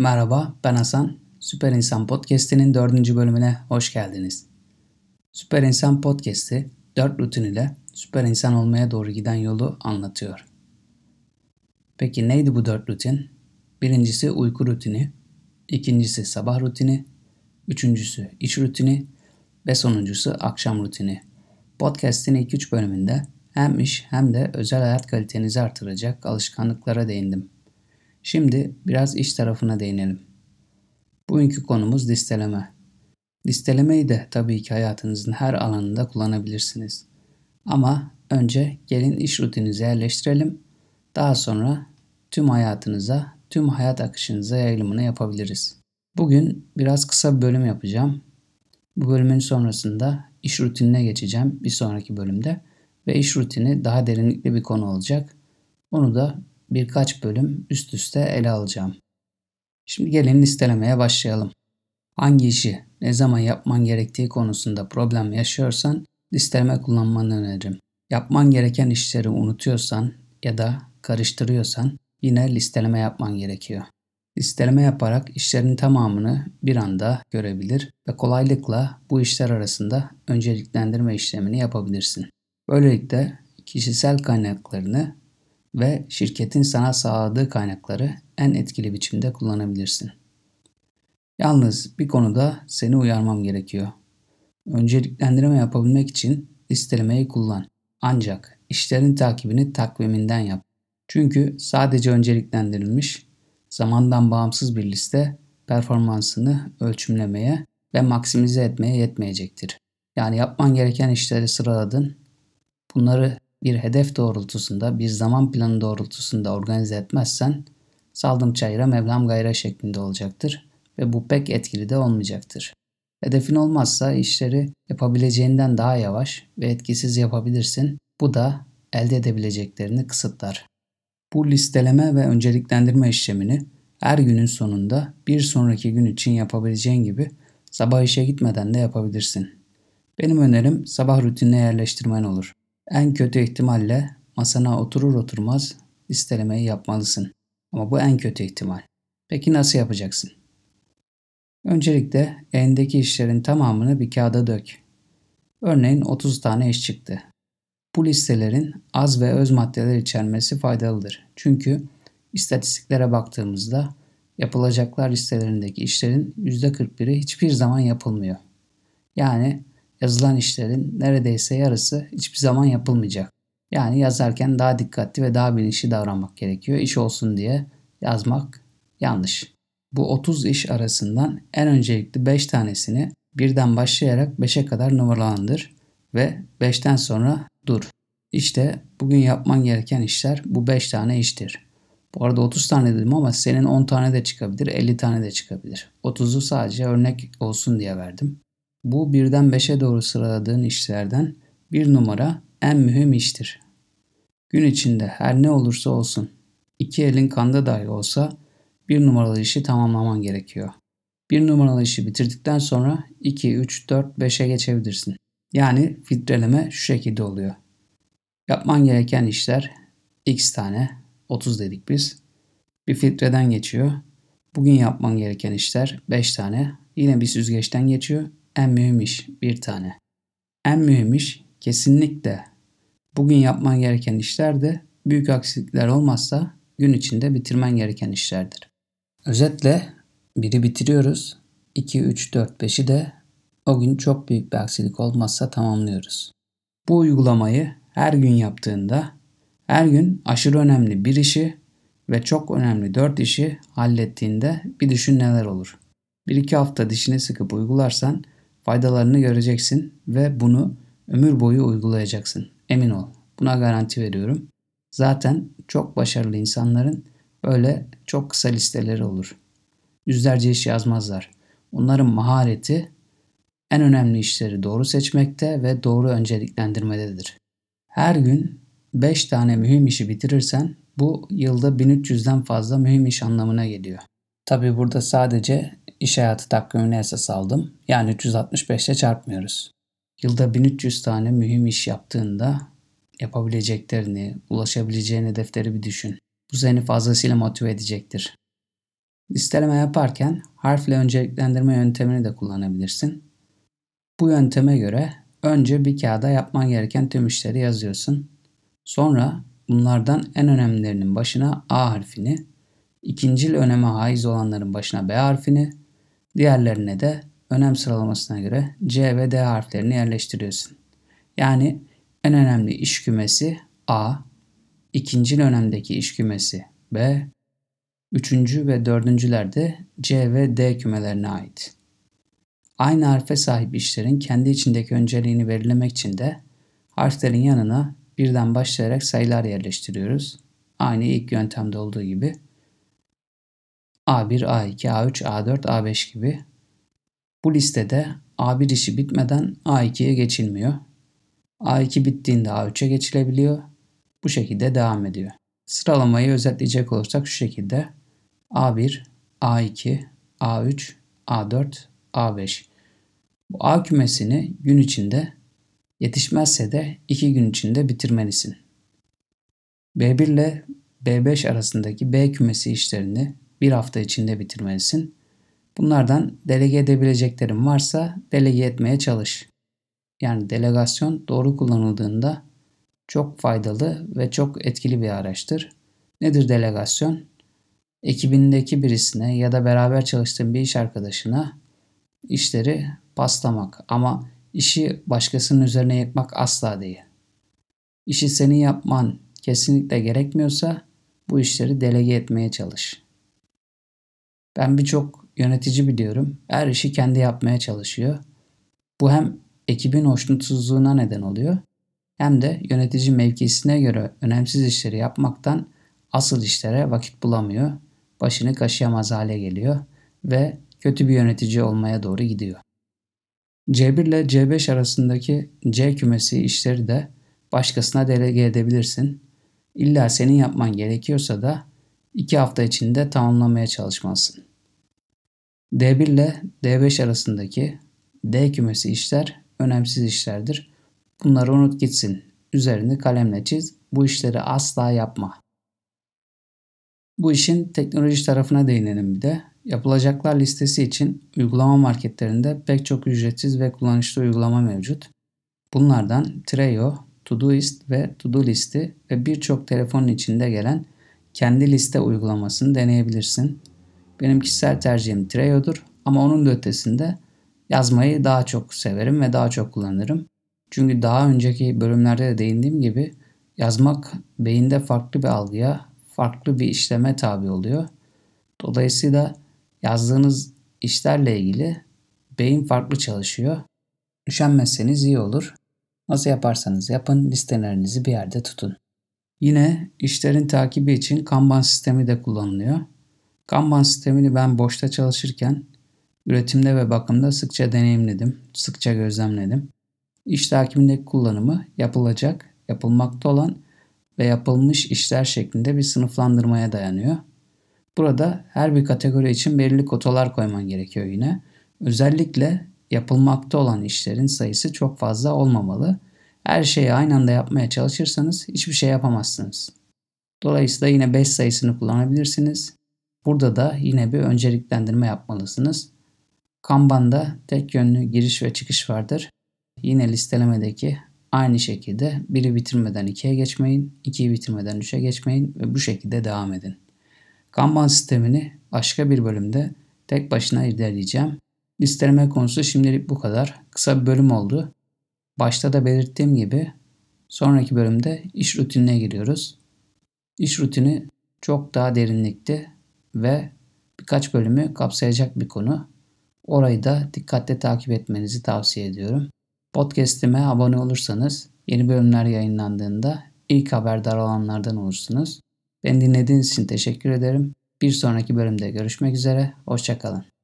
Merhaba, ben Hasan. Süper İnsan Podcast'inin 4. bölümüne hoş geldiniz. Süper İnsan Podcast'i 4 rutin ile süper insan olmaya doğru giden yolu anlatıyor. Peki neydi bu 4 rutin? Birincisi uyku rutini, ikincisi sabah rutini, üçüncüsü iş rutini ve sonuncusu akşam rutini. Podcast'in ilk 3 bölümünde hem iş hem de özel hayat kalitenizi artıracak alışkanlıklara değindim. Şimdi biraz iş tarafına değinelim. Bugünkü konumuz listeleme. Listelemeyi de tabii ki hayatınızın her alanında kullanabilirsiniz. Ama önce gelin iş rutininize yerleştirelim. Daha sonra tüm hayatınıza, tüm hayat akışınıza yayılımını yapabiliriz. Bugün biraz kısa bir bölüm yapacağım. Bu bölümün sonrasında iş rutinine geçeceğim bir sonraki bölümde ve iş rutini daha derinlikli bir konu olacak. Onu da birkaç bölüm üst üste ele alacağım. Şimdi gelin listelemeye başlayalım. Hangi işi ne zaman yapman gerektiği konusunda problem yaşıyorsan listeleme kullanmanı öneririm. Yapman gereken işleri unutuyorsan ya da karıştırıyorsan yine listeleme yapman gerekiyor. Listeleme yaparak işlerin tamamını bir anda görebilir ve kolaylıkla bu işler arasında önceliklendirme işlemini yapabilirsin. Böylelikle kişisel kaynaklarını ve şirketin sana sağladığı kaynakları en etkili biçimde kullanabilirsin. Yalnız bir konuda seni uyarmam gerekiyor. Önceliklendirme yapabilmek için listelemeyi kullan. Ancak işlerin takibini takviminden yap. Çünkü sadece önceliklendirilmiş, zamandan bağımsız bir liste performansını ölçümlemeye ve maksimize etmeye yetmeyecektir. Yani yapman gereken işleri sıraladın. Bunları bir hedef doğrultusunda, bir zaman planı doğrultusunda organize etmezsen saldım çayıra Mevlam gayra şeklinde olacaktır ve bu pek etkili de olmayacaktır. Hedefin olmazsa işleri yapabileceğinden daha yavaş ve etkisiz yapabilirsin. Bu da elde edebileceklerini kısıtlar. Bu listeleme ve önceliklendirme işlemini her günün sonunda bir sonraki gün için yapabileceğin gibi sabah işe gitmeden de yapabilirsin. Benim önerim sabah rutinine yerleştirmen olur. En kötü ihtimalle masana oturur oturmaz listelemeyi yapmalısın. Ama bu en kötü ihtimal. Peki nasıl yapacaksın? Öncelikle elindeki işlerin tamamını bir kağıda dök. Örneğin 30 tane iş çıktı. Bu listelerin az ve öz maddeler içermesi faydalıdır. Çünkü istatistiklere baktığımızda yapılacaklar listelerindeki işlerin %41'i hiçbir zaman yapılmıyor. Yani yazılan işlerin neredeyse yarısı hiçbir zaman yapılmayacak. Yani yazarken daha dikkatli ve daha bilinçli davranmak gerekiyor. İş olsun diye yazmak yanlış. Bu 30 iş arasından en öncelikli 5 tanesini birden başlayarak 5'e kadar numaralandır ve 5'ten sonra dur. İşte bugün yapman gereken işler bu 5 tane iştir. Bu arada 30 tane dedim ama senin 10 tane de çıkabilir, 50 tane de çıkabilir. 30'u sadece örnek olsun diye verdim. Bu birden 5'e doğru sıraladığın işlerden bir numara en mühim iştir. Gün içinde her ne olursa olsun, 2 elin kanda dahi olsa bir numaralı işi tamamlaman gerekiyor. Bir numaralı işi bitirdikten sonra 2, 3, 4, 5'e geçebilirsin. Yani filtreleme şu şekilde oluyor. Yapman gereken işler x tane, 30 dedik biz. Bir filtreden geçiyor. Bugün yapman gereken işler 5 tane. Yine bir süzgeçten geçiyor. En mühim iş bir tane. En mühim iş kesinlikle bugün yapman gereken işler de büyük aksilikler olmazsa gün içinde bitirmen gereken işlerdir. Özetle 1'i bitiriyoruz. 2, 3, 4, 5'i de o gün çok büyük bir aksilik olmazsa tamamlıyoruz. Bu uygulamayı her gün yaptığında her gün aşırı önemli bir işi ve çok önemli 4 işi hallettiğinde bir düşün neler olur. 1-2 hafta dişini sıkıp uygularsan faydalarını göreceksin ve bunu ömür boyu uygulayacaksın. Emin ol. Buna garanti veriyorum. Zaten çok başarılı insanların böyle çok kısa listeleri olur. Yüzlerce iş yazmazlar. Onların mahareti en önemli işleri doğru seçmekte ve doğru önceliklendirmededir. Her gün 5 tane mühim işi bitirirsen bu yılda 1300'den fazla mühim iş anlamına geliyor. Tabi burada sadece iş hayatı takvimini esas aldım. Yani 365'e çarpmıyoruz. Yılda 1300 tane mühim iş yaptığında yapabileceklerini, ulaşabileceğin hedefleri bir düşün. Bu seni fazlasıyla motive edecektir. Listeleme yaparken harfle önceliklendirme yöntemini de kullanabilirsin. Bu yönteme göre önce bir kağıda yapman gereken tüm işleri yazıyorsun. Sonra bunlardan en önemlilerinin başına A harfini, ikincil öneme haiz olanların başına B harfini, diğerlerine de önem sıralamasına göre C ve D harflerini yerleştiriyorsun. Yani en önemli iş kümesi A, ikincil önemdeki iş kümesi B, üçüncü ve dördüncüler de C ve D kümelerine ait. Aynı harfe sahip işlerin kendi içindeki önceliğini belirlemek için de harflerin yanına birden başlayarak sayılar yerleştiriyoruz. Aynı ilk yöntemde olduğu gibi A1, A2, A3, A4, A5 gibi. Bu listede A1 işi bitmeden A2'ye geçilmiyor. A2 bittiğinde A3'e geçilebiliyor. Bu şekilde devam ediyor. Sıralamayı özetleyecek olursak şu şekilde A1, A2, A3, A4, A5. Bu A kümesini gün içinde, yetişmezse de 2 gün içinde bitirmelisin. B1 ile B5 arasındaki B kümesi işlerini bir hafta içinde bitirmelisin. Bunlardan delege edebileceklerin varsa delege etmeye çalış. Yani delegasyon doğru kullanıldığında çok faydalı ve çok etkili bir araçtır. Nedir delegasyon? Ekibindeki birisine ya da beraber çalıştığın bir iş arkadaşına işleri paslamak ama işi başkasının üzerine yıkmak asla değil. İşi senin yapman kesinlikle gerekmiyorsa bu işleri delege etmeye çalış. Ben birçok yönetici biliyorum. Her işi kendi yapmaya çalışıyor. Bu hem ekibin hoşnutsuzluğuna neden oluyor hem de yönetici mevkisine göre önemsiz işleri yapmaktan asıl işlere vakit bulamıyor. Başını kaşıyamaz hale geliyor ve kötü bir yönetici olmaya doğru gidiyor. C1 ile C5 arasındaki C kümesi işleri de başkasına delege edebilirsin. İlla senin yapman gerekiyorsa da 2 hafta içinde tamamlamaya çalışmalısın. D1 ile D5 arasındaki D kümesi işler önemsiz işlerdir. Bunları unut gitsin. Üzerini kalemle çiz. Bu işleri asla yapma. Bu işin teknoloji tarafına değinelim bir de. Yapılacaklar listesi için uygulama marketlerinde pek çok ücretsiz ve kullanışlı uygulama mevcut. Bunlardan Trello, Todoist ve Todolist'i ve birçok telefonun içinde gelen kendi liste uygulamasını deneyebilirsin. Benim kişisel tercihim Trello'dur ama onun da ötesinde yazmayı daha çok severim ve daha çok kullanırım. Çünkü daha önceki bölümlerde de değindiğim gibi yazmak beyinde farklı bir algıya, farklı bir işleme tabi oluyor. Dolayısıyla yazdığınız işlerle ilgili beyin farklı çalışıyor. Üşenmezseniz iyi olur. Nasıl yaparsanız yapın, listelerinizi bir yerde tutun. Yine işlerin takibi için Kanban sistemi de kullanılıyor. Kanban sistemini ben boşta çalışırken üretimde ve bakımda sıkça deneyimledim, sıkça gözlemledim. İş takibindeki kullanımı yapılacak, yapılmakta olan ve yapılmış işler şeklinde bir sınıflandırmaya dayanıyor. Burada her bir kategori için belirli kotalar koyman gerekiyor yine. Özellikle yapılmakta olan işlerin sayısı çok fazla olmamalı. Her şeyi aynı anda yapmaya çalışırsanız hiçbir şey yapamazsınız. Dolayısıyla yine 5 sayısını kullanabilirsiniz. Burada da yine bir önceliklendirme yapmalısınız. Kanban'da tek yönlü giriş ve çıkış vardır. Yine listelemedeki aynı şekilde biri bitirmeden 2'ye geçmeyin, 2'yi bitirmeden 3'e geçmeyin ve bu şekilde devam edin. Kanban sistemini başka bir bölümde tek başına ilerleyeceğim. Listeleme konusu şimdilik bu kadar. Kısa bir bölüm oldu. Başta da belirttiğim gibi sonraki bölümde iş rutinine giriyoruz. İş rutini çok daha derinlikli ve birkaç bölümü kapsayacak bir konu. Orayı da dikkatle takip etmenizi tavsiye ediyorum. Podcast'ime abone olursanız yeni bölümler yayınlandığında ilk haberdar olanlardan olursunuz. Beni dinlediğiniz için teşekkür ederim. Bir sonraki bölümde görüşmek üzere. Hoşça kalın.